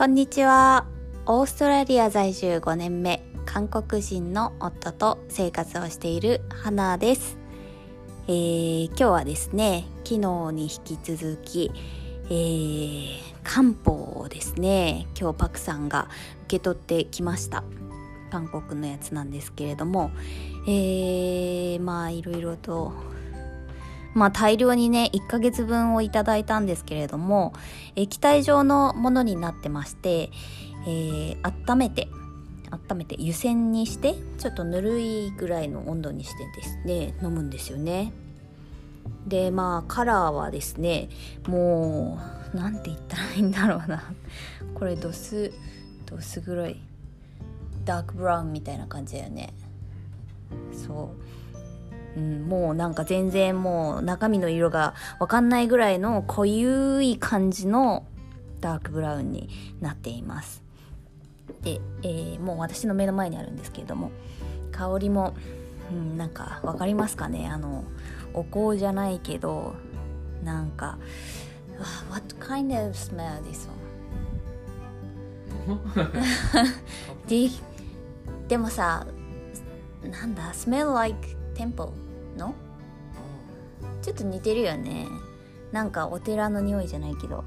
こんにちは。オーストラリア在住5年目、韓国人の夫と生活をしている花です。今日はですね、昨日に引き続き、漢方をですね、今日パクさんが受け取ってきました。韓国のやつなんですけれども、いろいろと大量にね1ヶ月分をいただいたんですけれども、液体状のものになってまして、温めて湯煎にしてちょっとぬるいぐらいの温度にしてですね飲むんですよね。でカラーはですね、もうなんて言ったらいいんだろうなこれどす黒いダークブラウンみたいな感じだよね。もうなんか全然もう中身の色がわかんないぐらいの濃ゆい感じのダークブラウンになっています。で、もう私の目の前にあるんですけれども、香りも、なんかわかりますかね、お香じゃないけどなんかWhat kind of smell this one? でもさ、なんだ smell like templeのちょっと似てるよね。なんかお寺の匂いじゃないけど、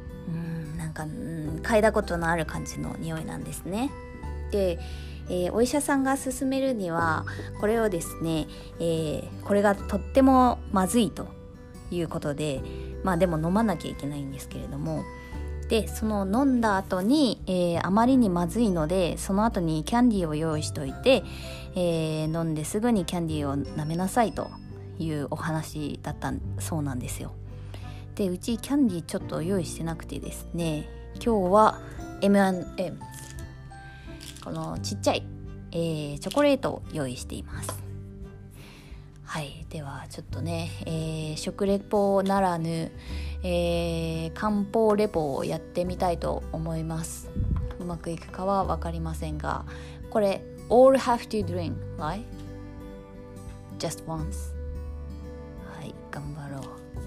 嗅いだことのある感じの匂いなんですね。で、お医者さんが勧めるにはこれをですね、これがとってもまずいということで、でも飲まなきゃいけないんですけれども、でその飲んだ後に、あまりにまずいのでその後にキャンディーを用意しといて、飲んですぐにキャンディーを舐めなさいというお話だったそうなんですよ。でうちキャンディーちょっと用意してなくてですね、今日は M&M このちっちゃい、チョコレートを用意しています。はい、ではちょっとね、食レポならぬ、漢方レポをやってみたいと思います。うまくいくかは分かりませんが、これ all have to drink, right? Just once. はい、頑張ろう。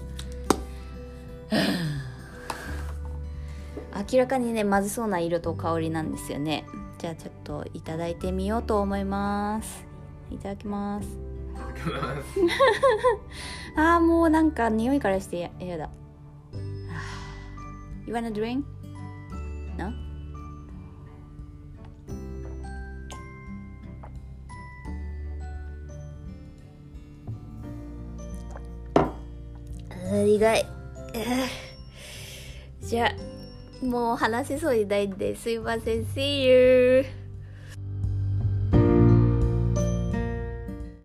明らかにねまずそうな色と香りなんですよね。じゃあちょっといただいてみようと思います。いただきます。もうなんか匂いからしてやだ。You wanna drink? No? 苦い。じゃあもう話せそうにないんですいません。See you!